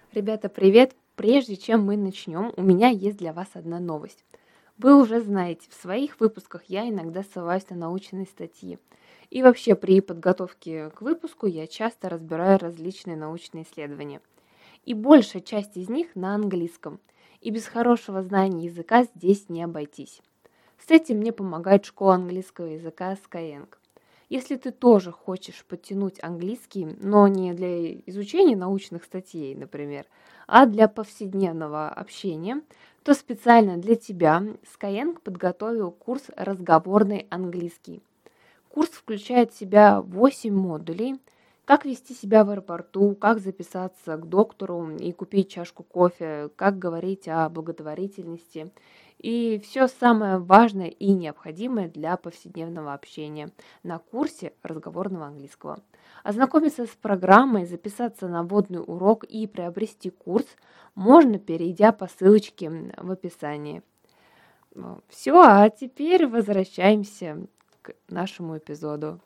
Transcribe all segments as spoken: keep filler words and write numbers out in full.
Ребята, привет! Прежде чем мы начнем, у меня есть для вас одна новость. Вы уже знаете, в своих выпусках я иногда ссылаюсь на научные статьи. И вообще при подготовке к выпуску я часто разбираю различные научные исследования. И большая часть из них на английском. И без хорошего знания языка здесь не обойтись. С этим мне помогает школа английского языка Skyeng. Если ты тоже хочешь подтянуть английский, но не для изучения научных статей, например, а для повседневного общения, то специально для тебя Skyeng подготовил курс «Разговорный английский». Курс включает в себя восемь модулей: как вести себя в аэропорту, как записаться к доктору и купить чашку кофе, как говорить о благотворительности и все самое важное и необходимое для повседневного общения на курсе разговорного английского. Ознакомиться с программой, записаться на вводный урок и приобрести курс можно, перейдя по ссылочке в описании. Все, а теперь возвращаемся к нашему эпизоду.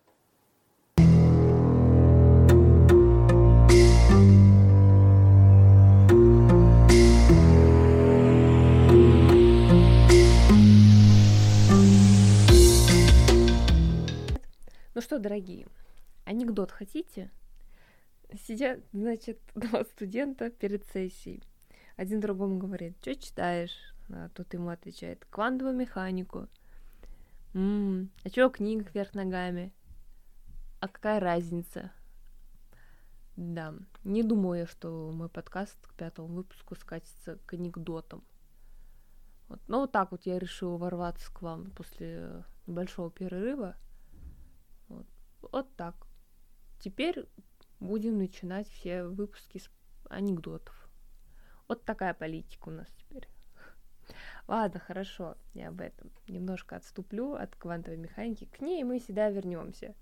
Ну что, дорогие, анекдот хотите? Сидят, значит, два студента перед сессией. Один другому говорит: что читаешь? А тот ему отвечает: квантовую механику. М-м, а чего книг вверх ногами? А какая разница? Да, не думаю я, что мой подкаст к пятому выпуску скатится к анекдотам. Вот. Но вот так вот я решила ворваться к вам после небольшого перерыва. Вот, вот так. Теперь будем начинать все выпуски с анекдотов. Вот такая политика у нас теперь. Ладно, хорошо, я об этом немножко отступлю от квантовой механики. К ней мы всегда вернемся.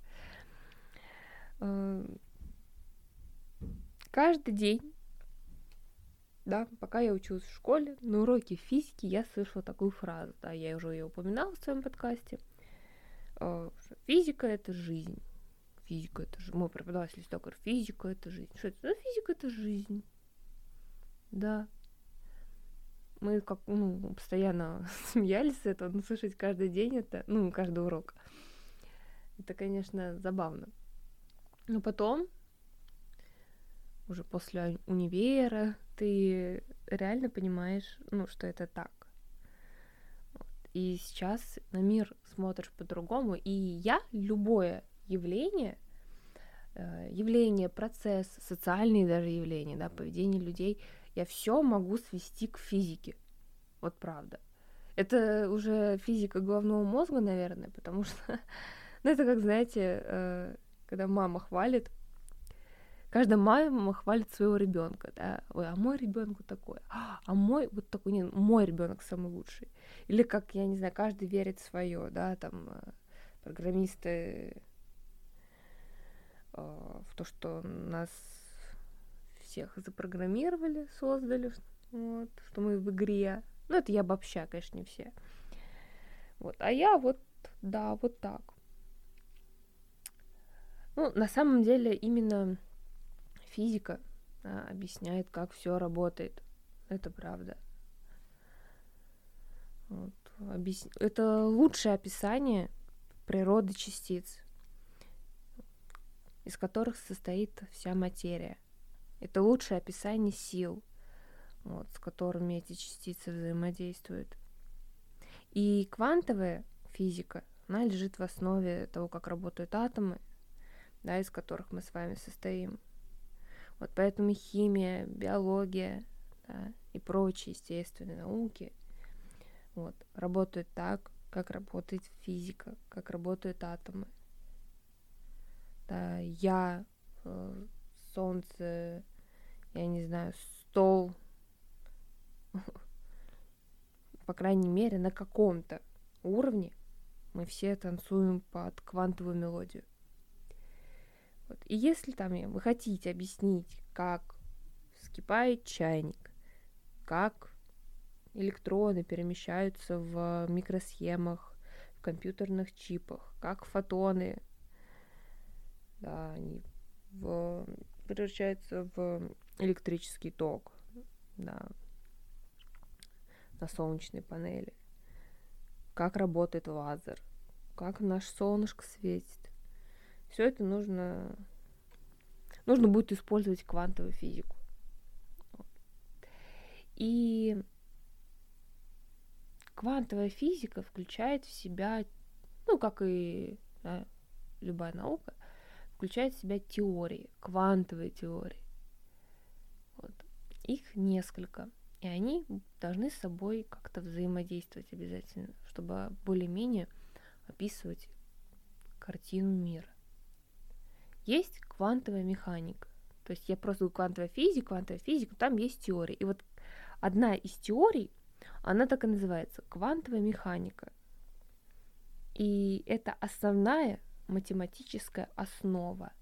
Каждый день, да, пока я училась в школе, на уроке физики я слышала такую фразу, да, я уже ее упоминала в своем подкасте. Физика — это жизнь. Физика — это жизнь. Мой преподаватель всегда говорит: физика — это жизнь. Что это? Ну, физика — это жизнь. Да. Мы как, ну, постоянно смеялись с этого, но слышать каждый день это, ну, каждый урок. Это, конечно, забавно. Но потом, уже после универа, ты реально понимаешь, ну, что это так. Вот. И сейчас на мир смотришь по-другому. И я любое явление, явление, процесс, социальные даже явления, да, поведение людей, я все могу свести к физике. Вот правда. Это уже физика головного мозга, наверное, потому что, ну, это как, знаете, когда мама хвалит, каждая мама хвалит своего ребенка, да, ой, а мой ребенок вот такой, а мой вот такой, нет, мой ребенок самый лучший. Или как, я не знаю, каждый верит в свое, да, там, программисты в то, что нас всех запрограммировали, создали, вот, что мы в игре. Ну, это я обобщаю, конечно, не все. Вот, а я вот, да, вот так. Ну, на самом деле, именно физика, да, объясняет, как все работает. Это правда. Вот, объяс... Это лучшее описание природы частиц, из которых состоит вся материя. Это лучшее описание сил, вот, с которыми эти частицы взаимодействуют. И квантовая физика, она лежит в основе того, как работают атомы, да, из которых мы с вами состоим. Вот поэтому химия, биология, да, и прочие естественные науки, вот, работают так, как работает физика, как работают атомы. Да, я, э, солнце, я не знаю, стол, по крайней мере, на каком-то уровне мы все танцуем под квантовую мелодию. Вот. И если там вы хотите объяснить, как вскипает чайник, как электроны перемещаются в микросхемах, в компьютерных чипах, как фотоны, да, они в, превращаются в электрический ток, да, на солнечной панели, как работает лазер, как наше солнышко светит. Все это нужно, нужно будет использовать квантовую физику. И квантовая физика включает в себя, ну, как и да, любая наука, включает в себя теории, квантовые теории. Вот. Их несколько. И они должны с собой как-то взаимодействовать обязательно, чтобы более-менее описывать картину мира. Есть квантовая механика. То есть я просто говорю квантовая физика, квантовая физика, там есть теория. И вот одна из теорий, она так и называется, квантовая механика. И это основная математическая основа,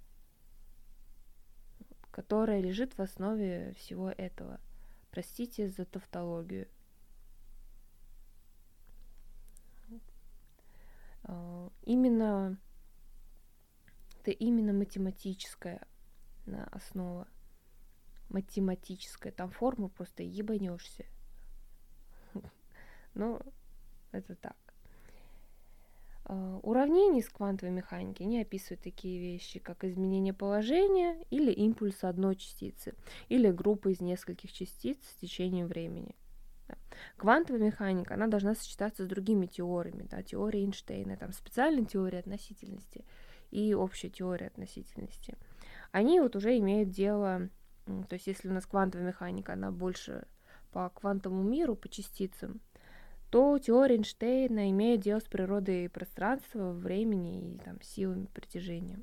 которая лежит в основе всего этого. Простите за тавтологию. Именно это именно математическая основа. Математическая. Там форму просто ебанешься. Ну, это так. Уравнения из квантовой механики не описывают такие вещи, как изменение положения или импульса одной частицы, или группы из нескольких частиц с течением времени. Да. Квантовая механика, она должна сочетаться с другими теориями, да, теорией Эйнштейна, там специальная теория относительности и общая теория относительности. Они вот уже имеют дело, то есть если у нас квантовая механика, она больше по квантовому миру, по частицам, то теория Эйнштейна имеет дело с природой пространства, времени и там, силами притяжения.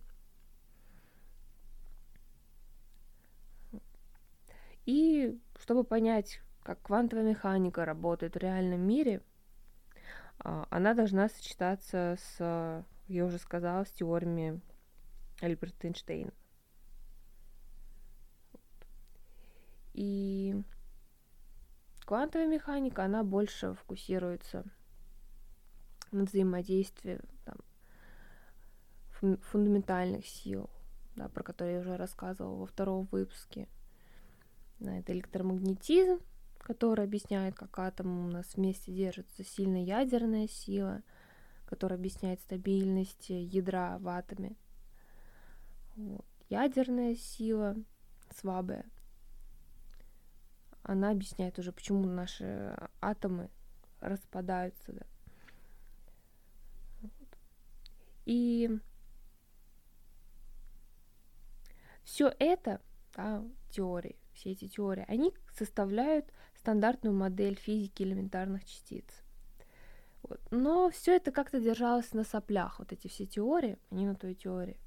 И чтобы понять, как квантовая механика работает в реальном мире, она должна сочетаться с, я уже сказала, с теориями Альберта Эйнштейна. И квантовая механика, она больше фокусируется на взаимодействии там, фундаментальных сил, да, про которые я уже рассказывала во втором выпуске. Да, это электромагнетизм, который объясняет, как атом у нас вместе держится, сильная ядерная сила, которая объясняет стабильность ядра в атоме. Вот. Ядерная сила слабая, она объясняет уже, почему наши атомы распадаются. Да. И все это, да, теории, все эти теории, они составляют стандартную модель физики элементарных частиц. Вот. Но все это как-то держалось на соплях, вот эти все теории, они на той теории.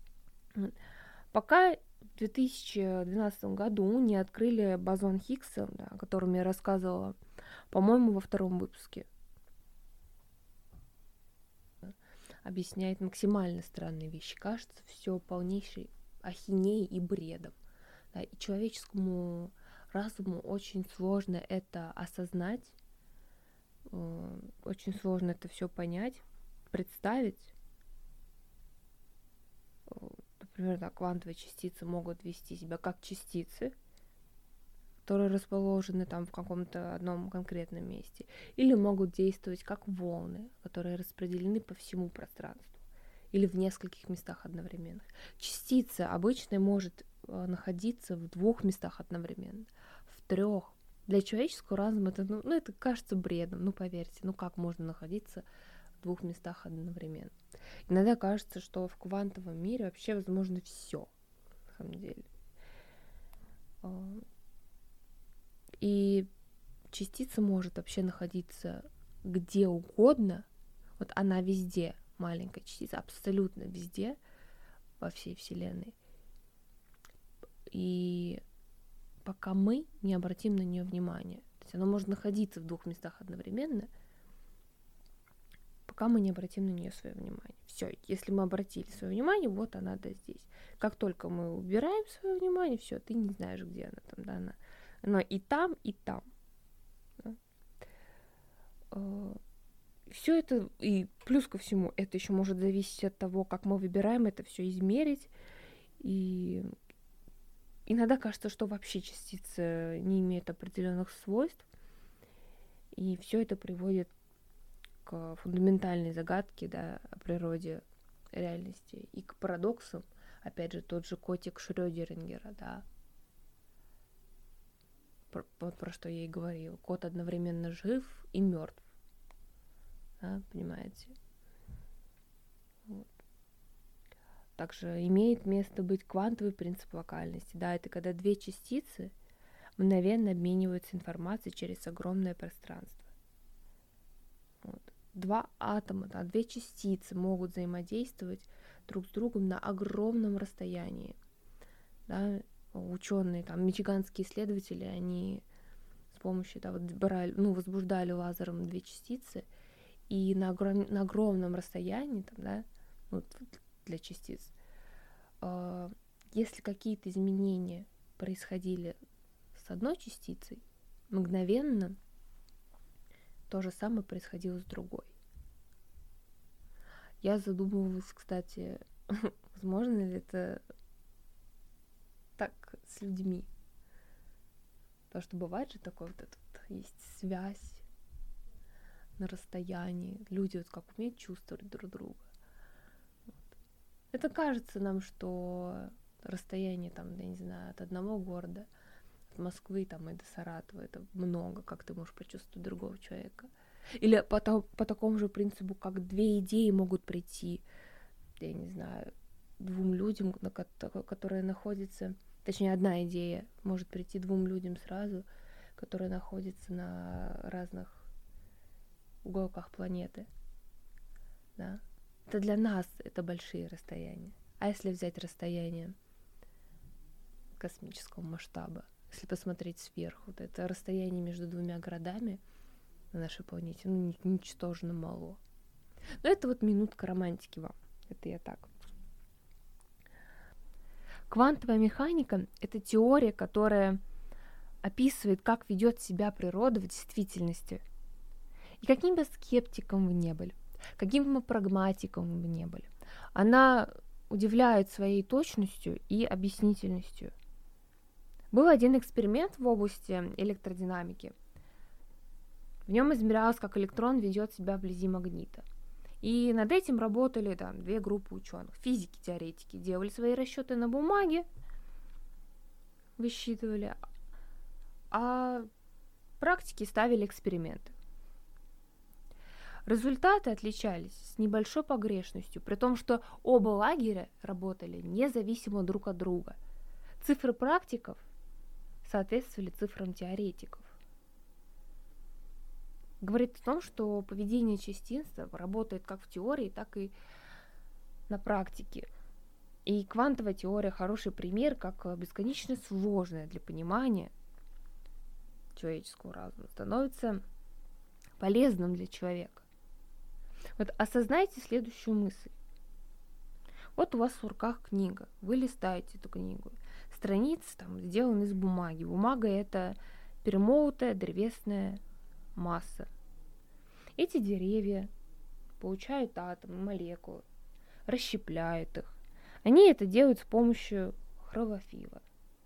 Пока в две тысячи двенадцатом году не открыли бозон Хиггса, да, о котором я рассказывала, по-моему, во втором выпуске. Объясняет максимально странные вещи. Кажется, все полнейшей ахинеей и бредом. Да, и человеческому разуму очень сложно это осознать, очень сложно это все понять, представить. Например, да, квантовые частицы могут вести себя как частицы, которые расположены там в каком-то одном конкретном месте, или могут действовать как волны, которые распределены по всему пространству, или в нескольких местах одновременно. Частица обычно может находиться в двух местах одновременно, в трех. Для человеческого разума это, ну, ну, это кажется бредом, ну поверьте, ну как можно находиться в двух местах одновременно. Иногда кажется, что в квантовом мире вообще возможно все, на самом деле. И частица может вообще находиться где угодно. Вот она везде, маленькая частица, абсолютно везде, во всей Вселенной. И пока мы не обратим на нее внимания, то есть она может находиться в двух местах одновременно, пока мы не обратим на нее свое внимание. Все, если мы обратили свое внимание, вот она, да, здесь. Как только мы убираем свое внимание, все, ты не знаешь, где она там, да, она. Она и там, и там. Да. Все это, и плюс ко всему, это еще может зависеть от того, как мы выбираем это все измерить. И Иногда кажется, что вообще частицы не имеют определенных свойств, и все это приводит к фундаментальной загадке, да, о природе реальности и к парадоксам. Опять же, тот же котик Шрёдингера, да, про, вот про что я и говорила. Кот одновременно жив и мертв, да, понимаете? Вот. Также имеет место быть квантовый принцип локальности. Да, это когда две частицы мгновенно обмениваются информацией через огромное пространство. Вот. Два атома, да, две частицы могут взаимодействовать друг с другом на огромном расстоянии. Да, ученые, там, мичиганские исследователи, они с помощью, да, вот брали, ну, возбуждали лазером две частицы, и на, огром, на огромном расстоянии, там, да, вот, для частиц, э, если какие-то изменения происходили с одной частицей, мгновенно то же самое происходило с другой. Я задумывалась, кстати, возможно ли это так с людьми. Потому что бывает же такое, вот это вот, есть связь на расстоянии. Люди вот как умеют чувствовать друг друга. Вот. Это кажется нам, что расстояние там, я не знаю, от одного города, от Москвы там, и до Саратова, это много, как ты можешь почувствовать другого человека. Или по, по такому же принципу, как две идеи могут прийти, я не знаю, двум людям, которые находятся, точнее, одна идея может прийти двум людям сразу, которые находятся на разных уголках планеты. Да? Это для нас это большие расстояния. А если взять расстояние космического масштаба, если посмотреть сверху, вот это расстояние между двумя городами на нашей планете, ну, ничтожно мало. Но это вот минутка романтики вам. Это я так. Квантовая механика — это теория, которая описывает, как ведет себя природа в действительности. И каким бы скептиком вы не были, каким бы прагматиком вы не были, она удивляет своей точностью и объяснительностью. Был один эксперимент в области электродинамики. В нем измерялось, как электрон ведет себя вблизи магнита. И над этим работали там две группы ученых. Физики, теоретики делали свои расчеты на бумаге, высчитывали, а практики ставили эксперименты. Результаты отличались с небольшой погрешностью, при том, что оба лагеря работали независимо друг от друга. Цифры практиков соответствовали цифрам теоретиков. Говорит о том, что поведение частиц работает как в теории, так и на практике. И квантовая теория хороший пример, как бесконечно сложная для понимания человеческого разума становится полезным для человека. Вот осознайте следующую мысль. Вот у вас в руках книга, вы листаете эту книгу. Страницы там сделаны из бумаги. Бумага — это перемолотая древесная масса. Эти деревья получают атомы, молекулы, расщепляют их. Они это делают с помощью хлорофилла.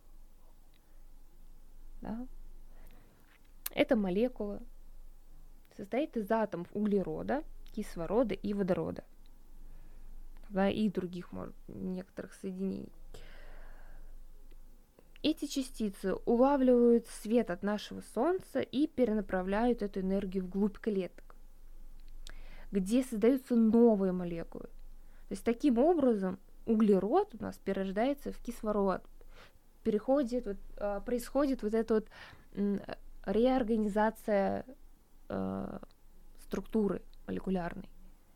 Да? Эта молекула состоит из атомов углерода, кислорода и водорода. Да, и других, может, некоторых соединений. Эти частицы улавливают свет от нашего Солнца и перенаправляют эту энергию вглубь клеток, где создаются новые молекулы. То есть таким образом углерод у нас перерождается в кислород, переходит, вот, происходит вот эта вот реорганизация э, структуры молекулярной.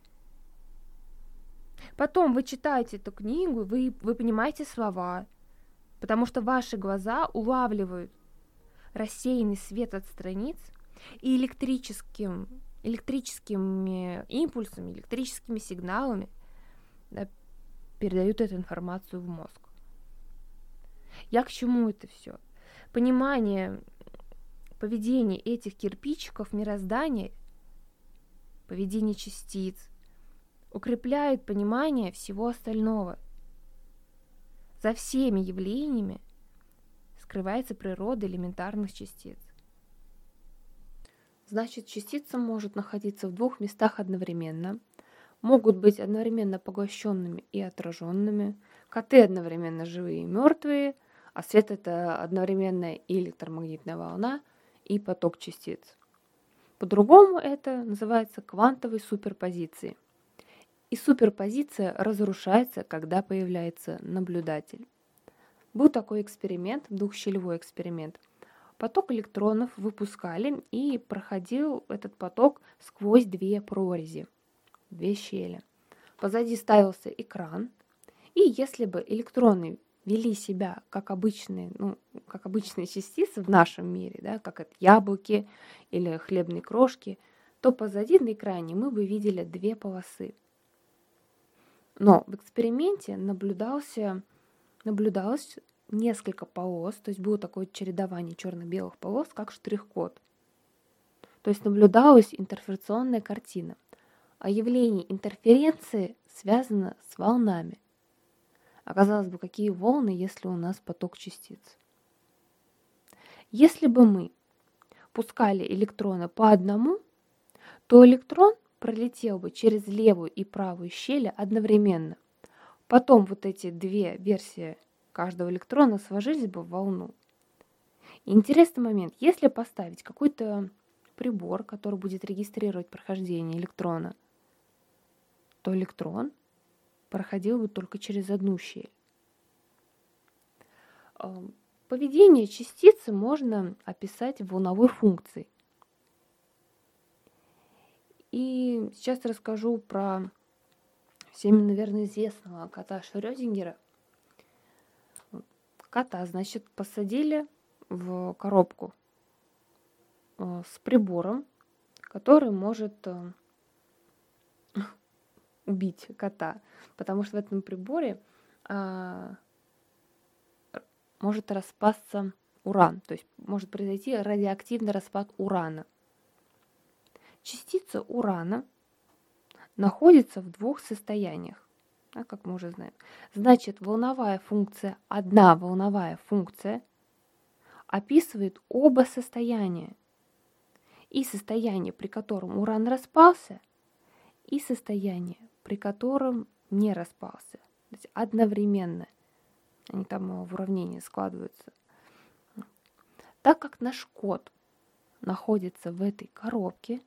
Потом вы читаете эту книгу, вы, вы понимаете слова, потому что ваши глаза улавливают рассеянный свет от страниц и электрическим, электрическими импульсами, электрическими сигналами, да, передают эту информацию в мозг. Я к чему это все? Понимание поведения этих кирпичиков мироздания, поведение частиц, укрепляет понимание всего остального. За всеми явлениями скрывается природа элементарных частиц. Значит, частица может находиться в двух местах одновременно, могут быть одновременно поглощенными и отраженными, коты одновременно живые и мертвые, а свет — это одновременно и электромагнитная волна, и поток частиц. По-другому это называется квантовой суперпозицией. И суперпозиция разрушается, когда появляется наблюдатель. Был такой эксперимент, двухщелевой эксперимент. Поток электронов выпускали, и проходил этот поток сквозь две прорези, две щели. Позади ставился экран, и если бы электроны вели себя как обычные, ну, как обычные частицы в нашем мире, да, как это яблоки или хлебные крошки, то позади на экране мы бы видели две полосы. Но в эксперименте наблюдался, наблюдалось несколько полос, то есть было такое чередование черно-белых полос, как штрих-код. То есть наблюдалась интерференционная картина. А явление интерференции связано с волнами. Оказалось бы, какие волны, если у нас поток частиц? Если бы мы пускали электроны по одному, то электрон пролетел бы через левую и правую щели одновременно. Потом вот эти две версии каждого электрона сложились бы в волну. Интересный момент. Если поставить какой-то прибор, который будет регистрировать прохождение электрона, то электрон проходил бы только через одну щель. Поведение частицы можно описать волновой функцией. И сейчас расскажу про всем, наверное, известного кота Шрёдингера. Кота, значит, посадили в коробку с прибором, который может убить кота, потому что в этом приборе а, может распасться уран, то есть может произойти радиоактивный распад урана. Частица урана находится в двух состояниях, да, как мы уже знаем. Значит, волновая функция, одна волновая функция описывает оба состояния. И состояние, при котором уран распался, и состояние, при котором не распался. То есть одновременно. Они там в уравнении складываются. Так как наш кот находится в этой коробке,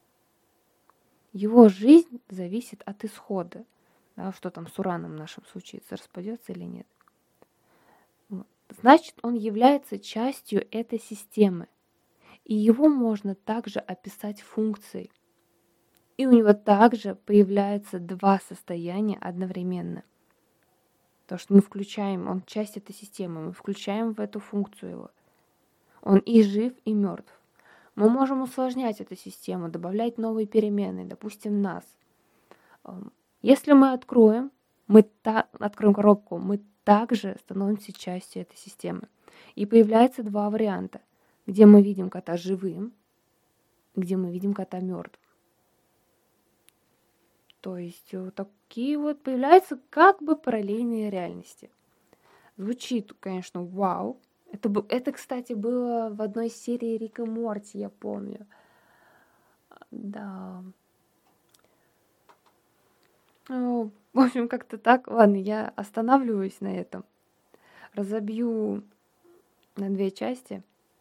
его жизнь зависит от исхода. Да, что там с ураном в нашем случится, распадется или нет. Значит, он является частью этой системы. И его можно также описать функцией. И у него также появляются два состояния одновременно. То, что мы включаем, он часть этой системы, мы включаем в эту функцию его. Он и жив, и мертв. Мы можем усложнять эту систему, добавлять новые переменные, допустим, нас. Если мы откроем, мы та, откроем коробку, мы также становимся частью этой системы. И появляются два варианта, где мы видим кота живым, где мы видим кота мертвым. То есть вот такие вот появляются как бы параллельные реальности. Звучит, конечно, вау. Это, это, кстати, было в одной серии Рик и Морти, я помню. Да. Ну, в общем, как-то так. Ладно, я останавливаюсь на этом. Разобью на две части,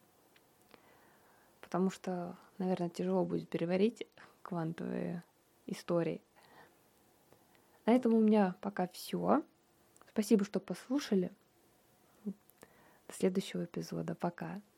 потому что, наверное, тяжело будет переварить квантовые истории. На этом у меня пока все. Спасибо, что послушали. До следующего эпизода. Пока.